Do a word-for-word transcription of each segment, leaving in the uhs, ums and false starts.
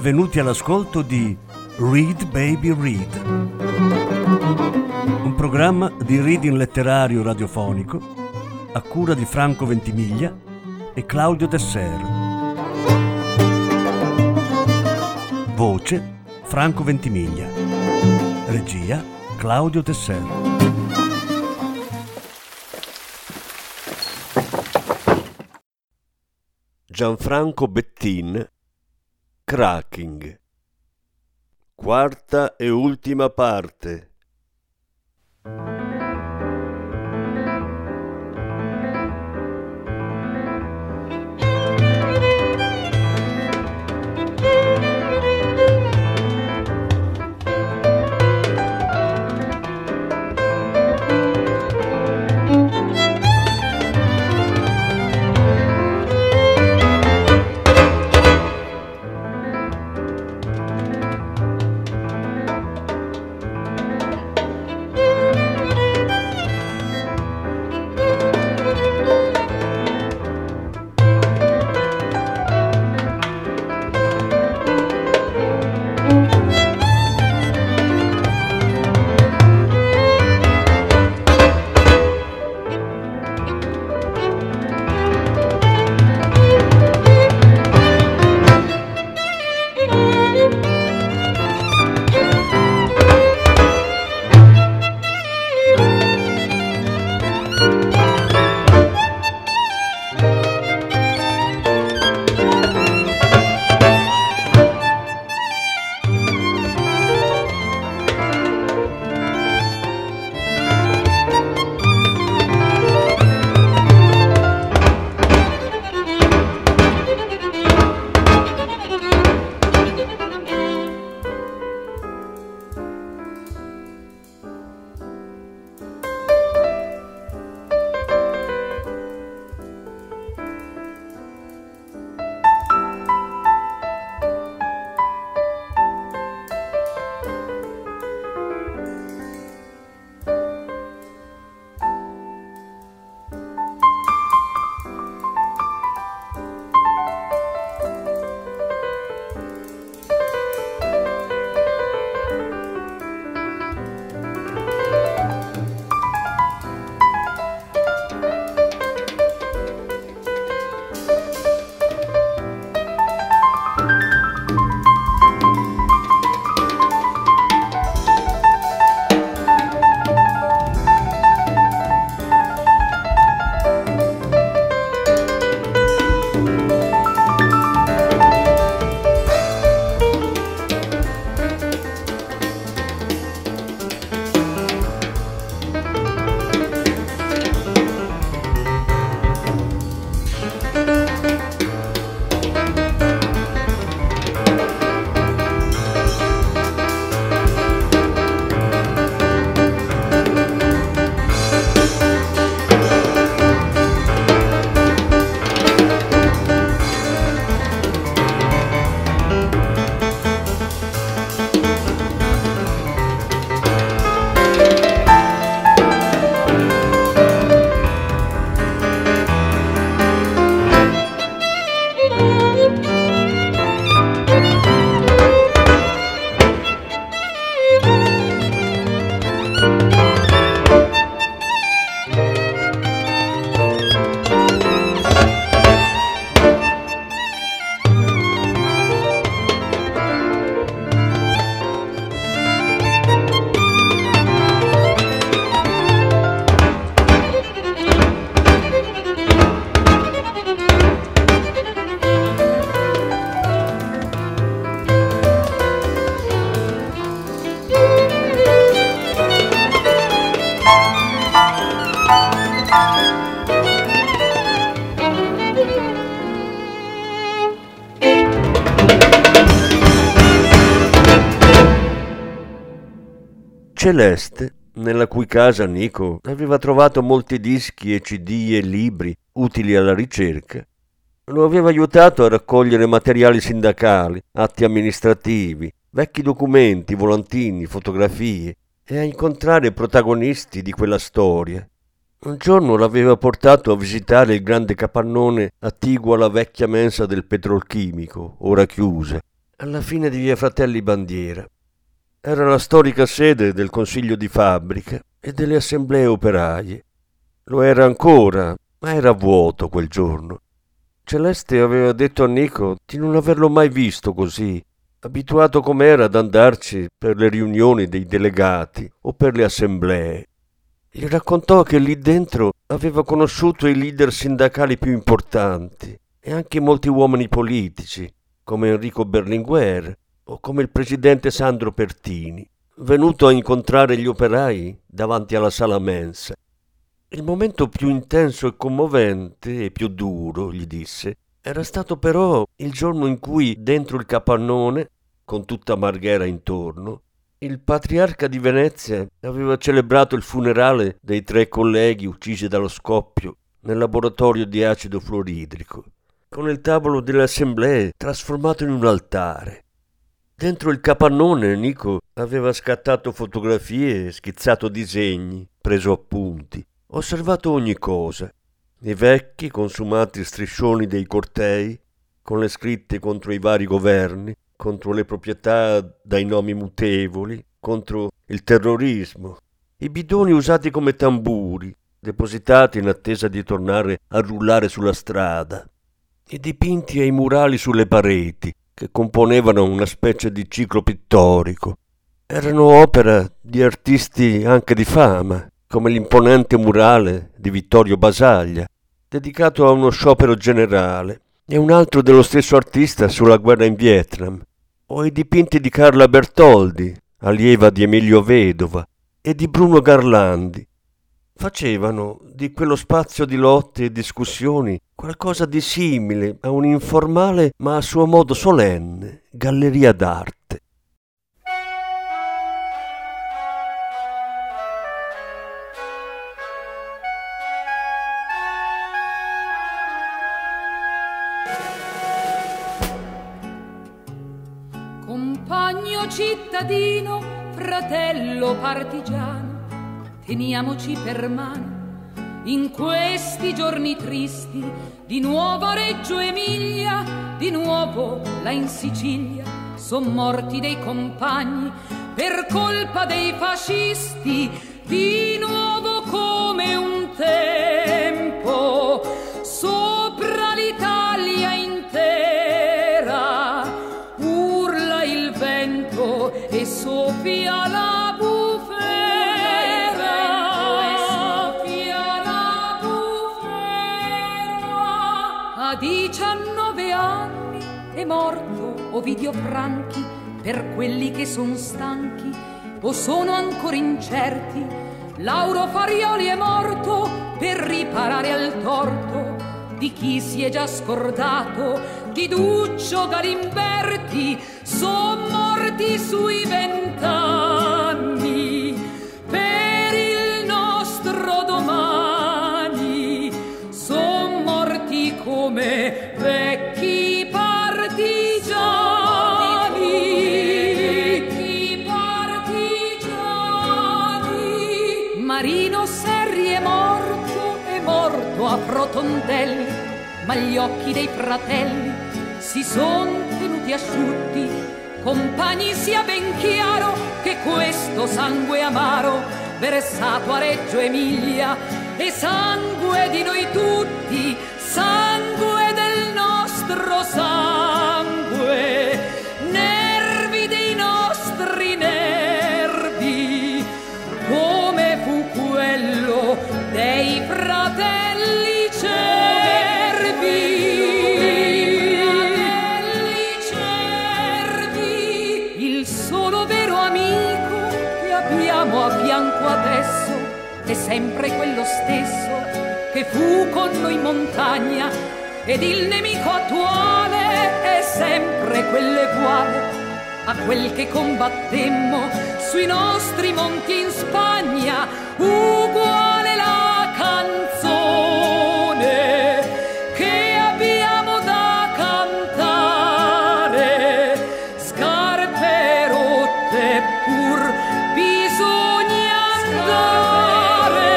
benvenuti all'ascolto di Read Baby Read, un programma di reading letterario radiofonico a cura di Franco Ventimiglia e Claudio Desser. Voce Franco Ventimiglia. Regia Claudio Desser. Gianfranco Bettin, Cracking. Quarta e ultima parte. Celeste, nella cui casa Nico aveva trovato molti dischi e cd e libri utili alla ricerca, lo aveva aiutato a raccogliere materiali sindacali, atti amministrativi, vecchi documenti, volantini, fotografie e a incontrare protagonisti di quella storia. Un giorno l'aveva portato a visitare il grande capannone attiguo alla vecchia mensa del petrolchimico, ora chiusa, alla fine di via Fratelli Bandiera. Era la storica sede del consiglio di fabbrica e delle assemblee operaie. Lo era ancora, ma era vuoto quel giorno. Celeste aveva detto a Nico di non averlo mai visto così, abituato com'era ad andarci per le riunioni dei delegati o per le assemblee. Gli raccontò che lì dentro aveva conosciuto i leader sindacali più importanti e anche molti uomini politici, come Enrico Berlinguer o come il presidente Sandro Pertini, venuto a incontrare gli operai davanti alla sala mensa. Il momento più intenso e commovente e più duro, gli disse, era stato però il giorno in cui, dentro il capannone, con tutta Marghera intorno, il patriarca di Venezia aveva celebrato il funerale dei tre colleghi uccisi dallo scoppio nel laboratorio di acido fluoridrico, con il tavolo delle assemblee trasformato in un altare. Dentro il capannone Nico aveva scattato fotografie, schizzato disegni, preso appunti, osservato ogni cosa. I vecchi, consumati striscioni dei cortei, con le scritte contro i vari governi, contro le proprietà dai nomi mutevoli, contro il terrorismo, i bidoni usati come tamburi, depositati in attesa di tornare a rullare sulla strada, i dipinti e i murali sulle pareti, che componevano una specie di ciclo pittorico. Erano opera di artisti anche di fama, come l'imponente murale di Vittorio Basaglia, dedicato a uno sciopero generale, e un altro dello stesso artista sulla guerra in Vietnam, o i dipinti di Carla Bertoldi, allieva di Emilio Vedova, e di Bruno Garlandi. Facevano di quello spazio di lotte e discussioni qualcosa di simile a un'informale ma a suo modo solenne galleria d'arte. Compagno cittadino, fratello partigiano, teniamoci per mano in questi giorni tristi, di nuovo a Reggio Emilia, di nuovo là in Sicilia, son morti dei compagni per colpa dei fascisti, di nuovo come un tempo, sopra l'Italia intera, urla il vento e soffia la bufera. A diciannove anni è morto Ovidio Franchi, per quelli che son stanchi o sono ancora incerti. Lauro Farioli è morto per riparare al torto di chi si è già scordato di Duccio Galimberti. Son morti sui vent'anni per il nostro domani, son morti come vecchi partigiani, vecchi partigiani. Marino Serri è morto, è morto a Frotondelli, ma gli occhi dei fratelli si son tenuti asciutti. Compagni, sia ben chiaro che questo sangue amaro versato a Reggio Emilia è sangue di noi tutti, sangue del nostro sangue, nervi dei nostri nervi, come fu quello dei fratelli Cervi. Fratelli Cervi, il solo vero amico che abbiamo a fianco adesso è sempre quello stesso che fu con noi in montagna, ed il nemico attuale è sempre quell'eguale a quel che combattemmo sui nostri monti in Spagna. Uguale la canzone che abbiamo da cantare, scarpe rotte pur bisogna andare,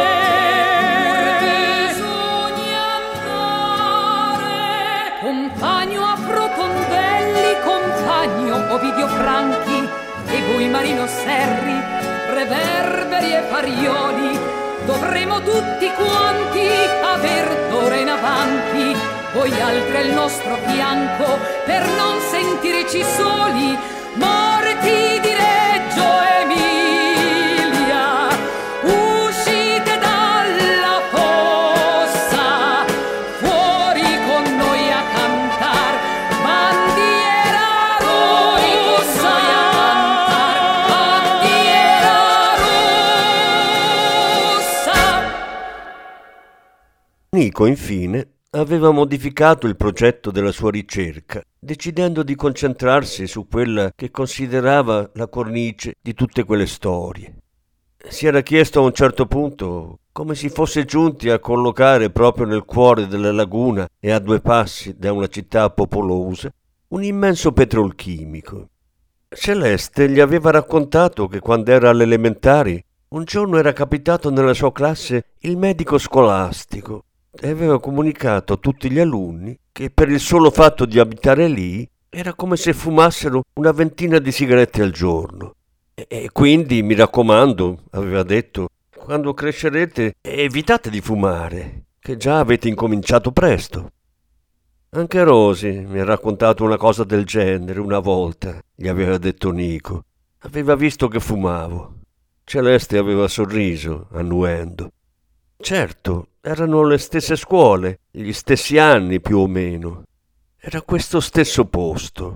bisogna andare. Compagno a Frotondelli, compagno franchi e voi Marino Serri, reverberi e farioli, dovremo tutti quanti aver d'ora in avanti voi altri al nostro fianco per non sentirci soli, morti di Reggio Emilia. Uscite dalla fossa, fuori con noi a cantar, bandiera rossa, bandiera rossa. Nico, infine, aveva modificato il progetto della sua ricerca, decidendo di concentrarsi su quella che considerava la cornice di tutte quelle storie. Si era chiesto a un certo punto come si fosse giunti a collocare proprio nel cuore della laguna e a due passi da una città popolosa un immenso petrolchimico. Celeste gli aveva raccontato che quando era alle elementari un giorno era capitato nella sua classe il medico scolastico e aveva comunicato a tutti gli alunni che per il solo fatto di abitare lì era come se fumassero una ventina di sigarette al giorno. E, e quindi, mi raccomando, aveva detto, quando crescerete evitate di fumare, che già avete incominciato presto. Anche Rosy mi ha raccontato una cosa del genere una volta, gli aveva detto Nico. Aveva visto che fumavo. Celeste aveva sorriso, annuendo. Certo, erano le stesse scuole, gli stessi anni più o meno. Era questo stesso posto.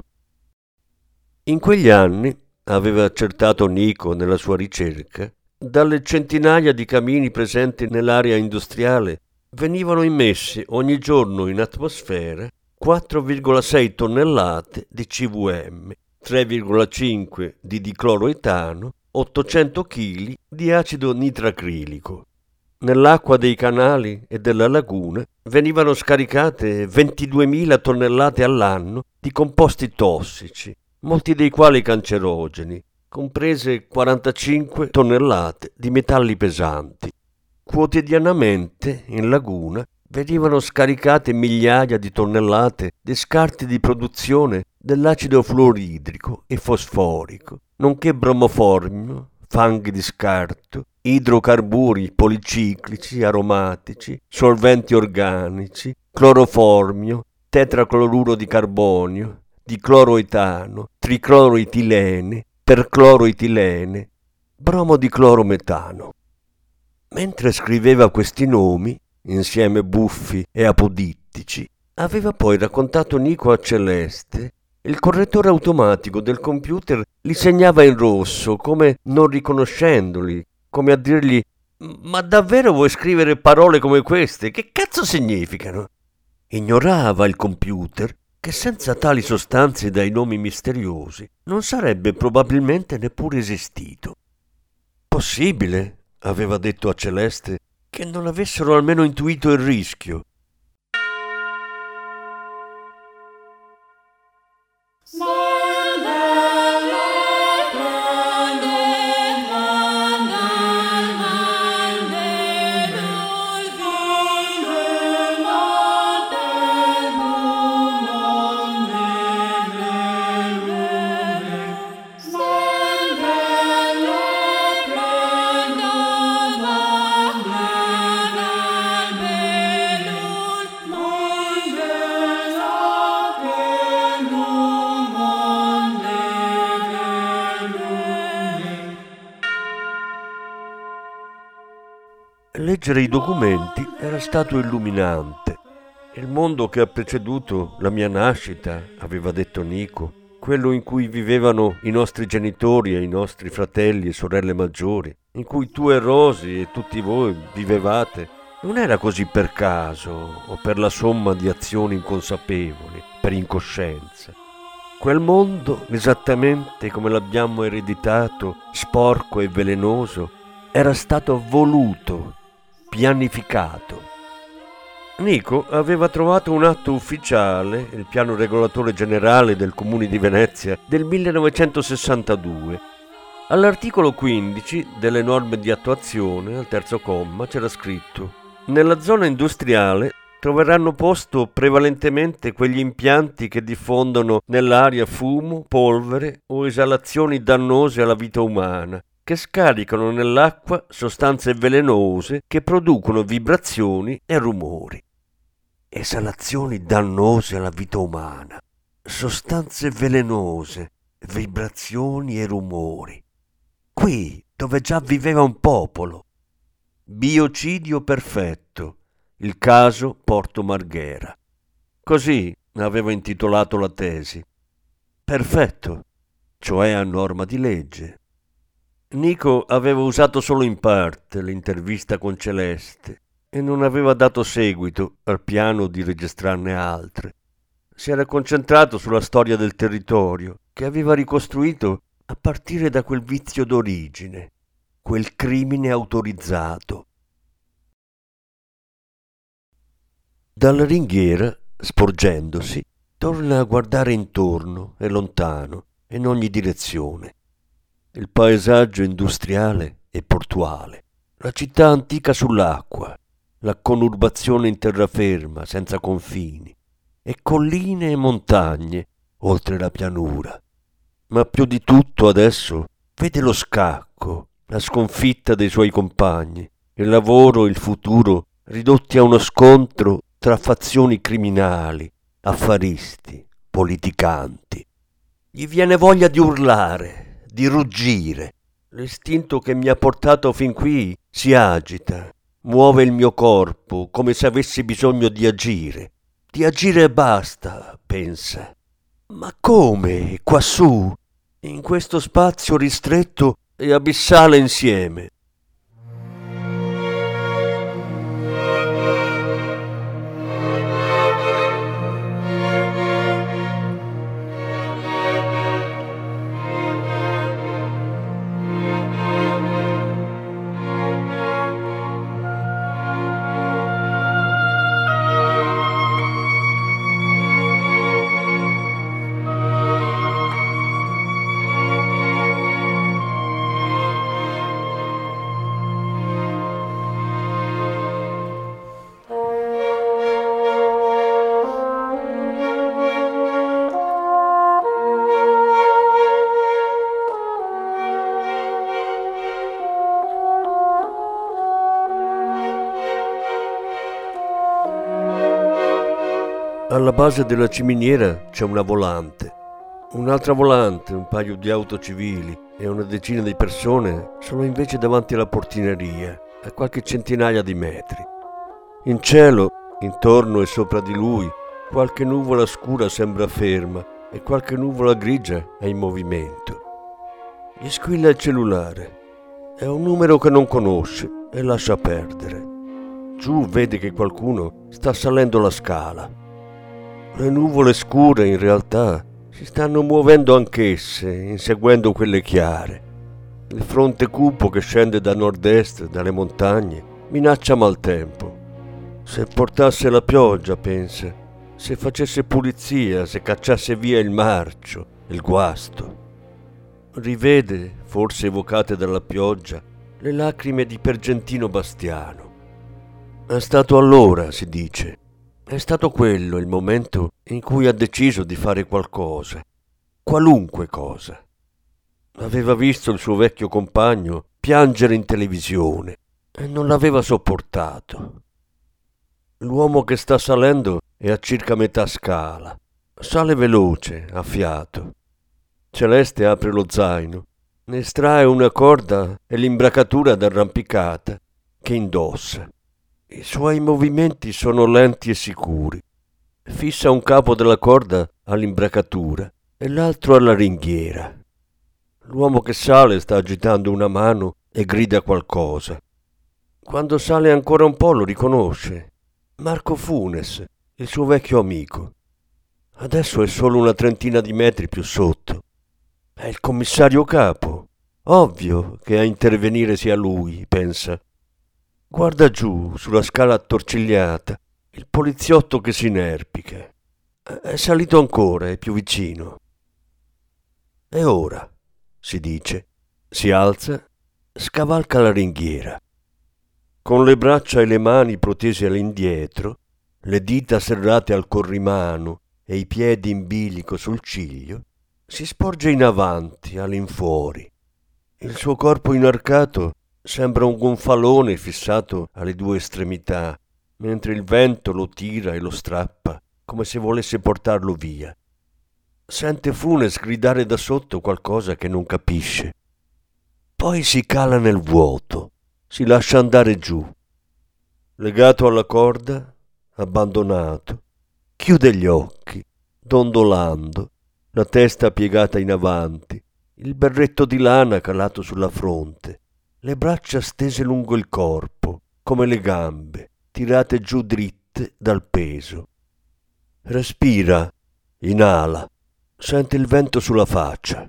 In quegli anni, aveva accertato Nico nella sua ricerca, dalle centinaia di camini presenti nell'area industriale venivano immessi ogni giorno in atmosfera quattro virgola sei tonnellate di C V M, tre virgola cinque di dicloroetano, ottocento chili di acido nitracrilico. Nell'acqua dei canali e della laguna venivano scaricate ventiduemila tonnellate all'anno di composti tossici, molti dei quali cancerogeni, comprese quarantacinque tonnellate di metalli pesanti. Quotidianamente in laguna venivano scaricate migliaia di tonnellate di scarti di produzione dell'acido fluoridrico e fosforico, nonché bromoformio, fanghi di scarto, idrocarburi policiclici, aromatici, solventi organici, cloroformio, tetracloruro di carbonio, dicloroetano, tricloroetilene, percloroetilene, bromo di clorometano. Mentre scriveva questi nomi, insieme buffi e apodittici, aveva poi raccontato Nico a Celeste. Il correttore automatico del computer li segnava in rosso, come non riconoscendoli, come a dirgli «Ma davvero vuoi scrivere parole come queste? Che cazzo significano?» Ignorava il computer che senza tali sostanze dai nomi misteriosi non sarebbe probabilmente neppure esistito. Possibile, aveva detto a Celeste, che non avessero almeno intuito il rischio. Leggere i documenti era stato illuminante. Il mondo che ha preceduto la mia nascita, aveva detto Nico, quello in cui vivevano i nostri genitori e i nostri fratelli e sorelle maggiori, in cui tu e Rosy e tutti voi vivevate, non era così per caso o per la somma di azioni inconsapevoli, per incoscienza. Quel mondo, esattamente come l'abbiamo ereditato, sporco e velenoso, era stato voluto, pianificato. Nico aveva trovato un atto ufficiale, il piano regolatore generale del Comune di Venezia del millenovecentosessantadue. All'articolo quindici delle norme di attuazione, al terzo comma, c'era scritto: nella zona industriale troveranno posto prevalentemente quegli impianti che diffondono nell'aria fumo, polvere o esalazioni dannose alla vita umana, che scaricano nell'acqua sostanze velenose che producono vibrazioni e rumori. Esalazioni dannose alla vita umana, sostanze velenose, vibrazioni e rumori. Qui, dove già viveva un popolo. Biocidio perfetto. Il caso Porto Marghera. Così aveva intitolato la tesi. Perfetto, cioè a norma di legge. Nico aveva usato solo in parte l'intervista con Celeste e non aveva dato seguito al piano di registrarne altre. Si era concentrato sulla storia del territorio, che aveva ricostruito a partire da quel vizio d'origine, quel crimine autorizzato. Dalla ringhiera, sporgendosi, torna a guardare intorno e lontano, in ogni direzione. Il paesaggio industriale e portuale, la città antica sull'acqua, la conurbazione in terraferma senza confini, e colline e montagne oltre la pianura. Ma più di tutto adesso vede lo scacco, la sconfitta dei suoi compagni, il lavoro e il futuro ridotti a uno scontro tra fazioni criminali, affaristi, politicanti. Gli viene voglia di urlare, di ruggire. L'istinto che mi ha portato fin qui si agita, muove il mio corpo come se avessi bisogno di agire. Di agire e basta, pensa. Ma come, quassù, in questo spazio ristretto e abissale insieme? Alla base della ciminiera c'è una volante. Un'altra volante, un paio di auto civili e una decina di persone sono invece davanti alla portineria, a qualche centinaia di metri. In cielo, intorno e sopra di lui, qualche nuvola scura sembra ferma e qualche nuvola grigia è in movimento. Gli squilla il cellulare. È un numero che non conosce e lascia perdere. Giù vede che qualcuno sta salendo la scala. Le nuvole scure in realtà si stanno muovendo anch'esse, inseguendo quelle chiare. Il fronte cupo che scende da nord-est, dalle montagne, minaccia maltempo. Se portasse la pioggia, pensa, se facesse pulizia, se cacciasse via il marcio, il guasto. Rivede, forse evocate dalla pioggia, le lacrime di Pergentino Bastiano. È stato allora, si dice. È stato quello il momento in cui ha deciso di fare qualcosa, qualunque cosa. Aveva visto il suo vecchio compagno piangere in televisione e non l'aveva sopportato. L'uomo che sta salendo è a circa metà scala. Sale veloce, a fiato. Celeste apre lo zaino, ne estrae una corda e l'imbracatura d'arrampicata che indossa. I suoi movimenti sono lenti e sicuri. Fissa un capo della corda all'imbracatura e l'altro alla ringhiera. L'uomo che sale sta agitando una mano e grida qualcosa. Quando sale ancora un po' lo riconosce. Marco Funes, il suo vecchio amico. Adesso è solo una trentina di metri più sotto. È il commissario capo. Ovvio che a intervenire sia lui, pensa. Guarda giù, sulla scala attorcigliata, il poliziotto che si inerpica. È salito ancora, è più vicino. E ora, si dice, si alza, scavalca la ringhiera. Con le braccia e le mani protese all'indietro, le dita serrate al corrimano e i piedi in bilico sul ciglio, si sporge in avanti, all'infuori. Il suo corpo inarcato sembra un gonfalone fissato alle due estremità, mentre il vento lo tira e lo strappa come se volesse portarlo via. Sente Funes gridare da sotto qualcosa che non capisce. Poi si cala nel vuoto, si lascia andare giù. Legato alla corda, abbandonato, chiude gli occhi, dondolando, la testa piegata in avanti, il berretto di lana calato sulla fronte, le braccia stese lungo il corpo, come le gambe, tirate giù dritte dal peso. Respira, inala, sente il vento sulla faccia.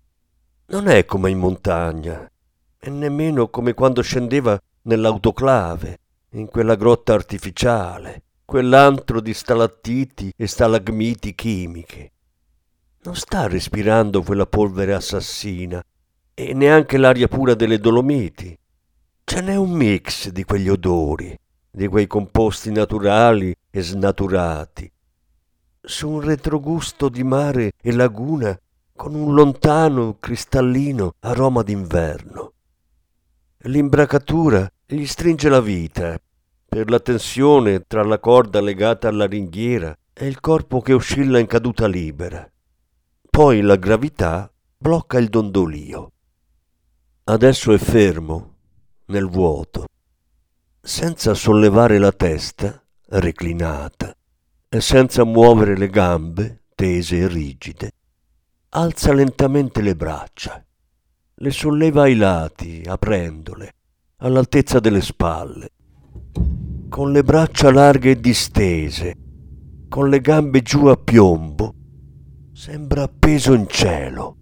Non è come in montagna, e nemmeno come quando scendeva nell'autoclave, in quella grotta artificiale, quell'antro di stalattiti e stalagmiti chimiche. Non sta respirando quella polvere assassina e neanche l'aria pura delle Dolomiti. Ce n'è un mix di quegli odori, di quei composti naturali e snaturati, su un retrogusto di mare e laguna con un lontano cristallino aroma d'inverno. L'imbracatura gli stringe la vita per la tensione tra la corda legata alla ringhiera e il corpo che oscilla in caduta libera. Poi la gravità blocca il dondolio. Adesso è fermo, nel vuoto, senza sollevare la testa, reclinata, e senza muovere le gambe, tese e rigide. Alza lentamente le braccia, le solleva ai lati, aprendole, all'altezza delle spalle, con le braccia larghe e distese, con le gambe giù a piombo, sembra appeso in cielo.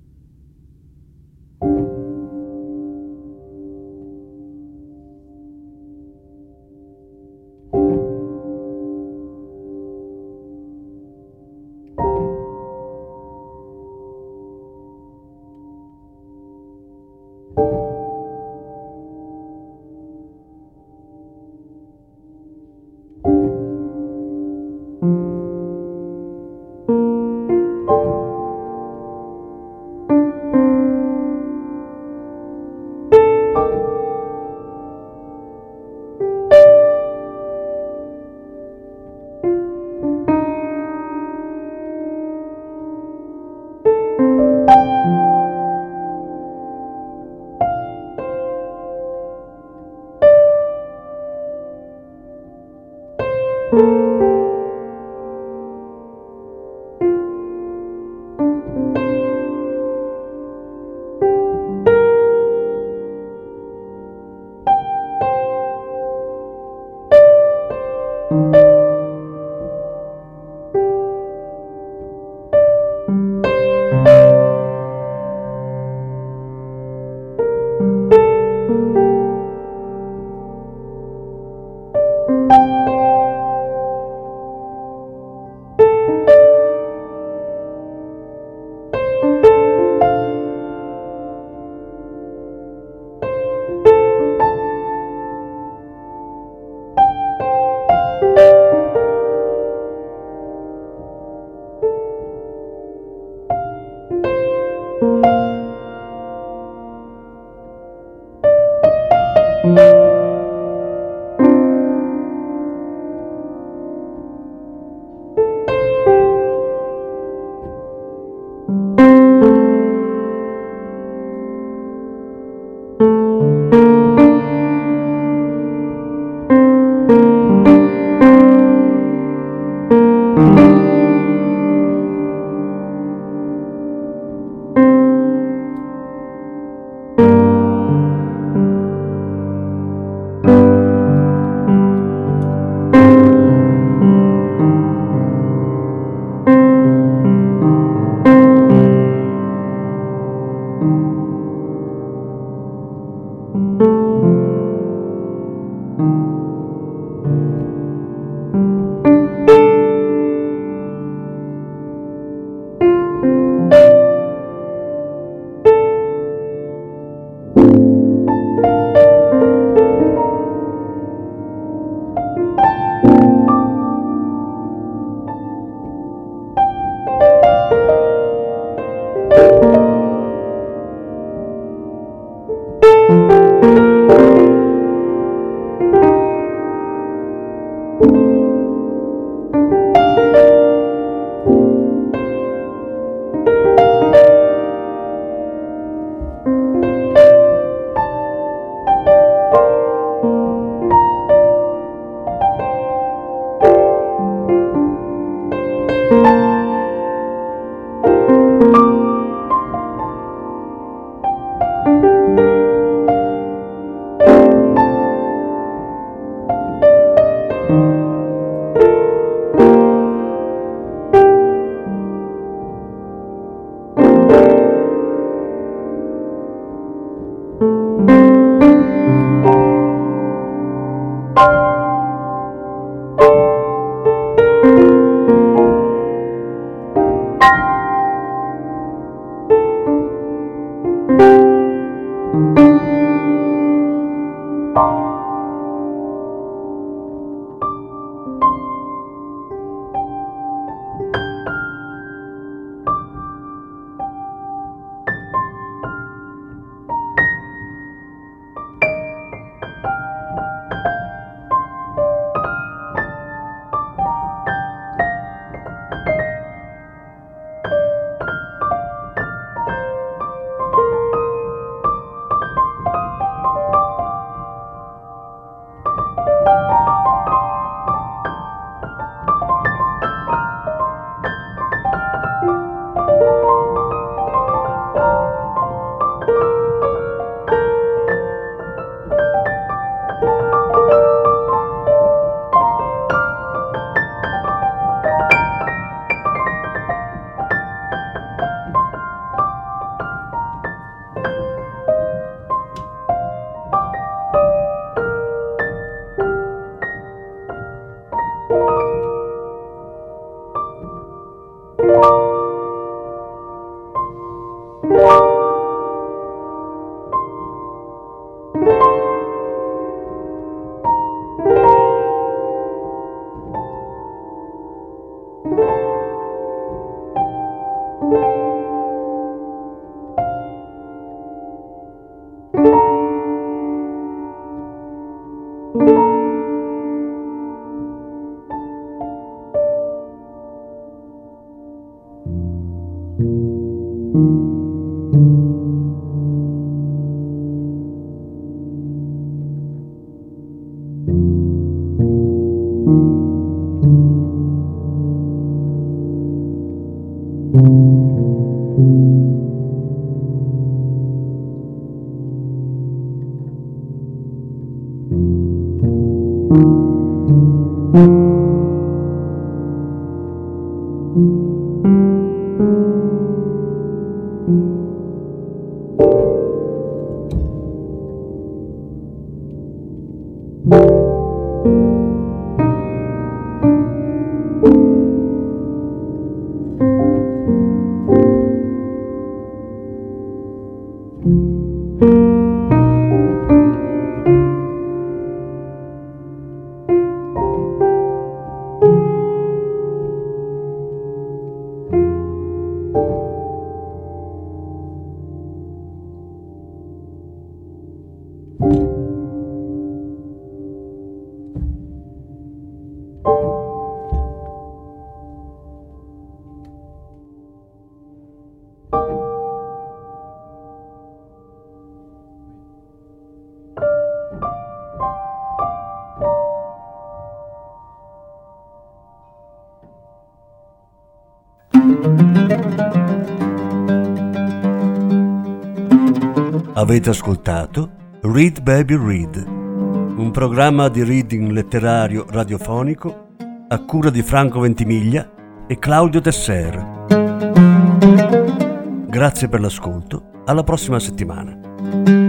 Avete ascoltato Read Baby Read, un programma di reading letterario radiofonico a cura di Franco Ventimiglia e Claudio Tesser. Grazie per l'ascolto, alla prossima settimana.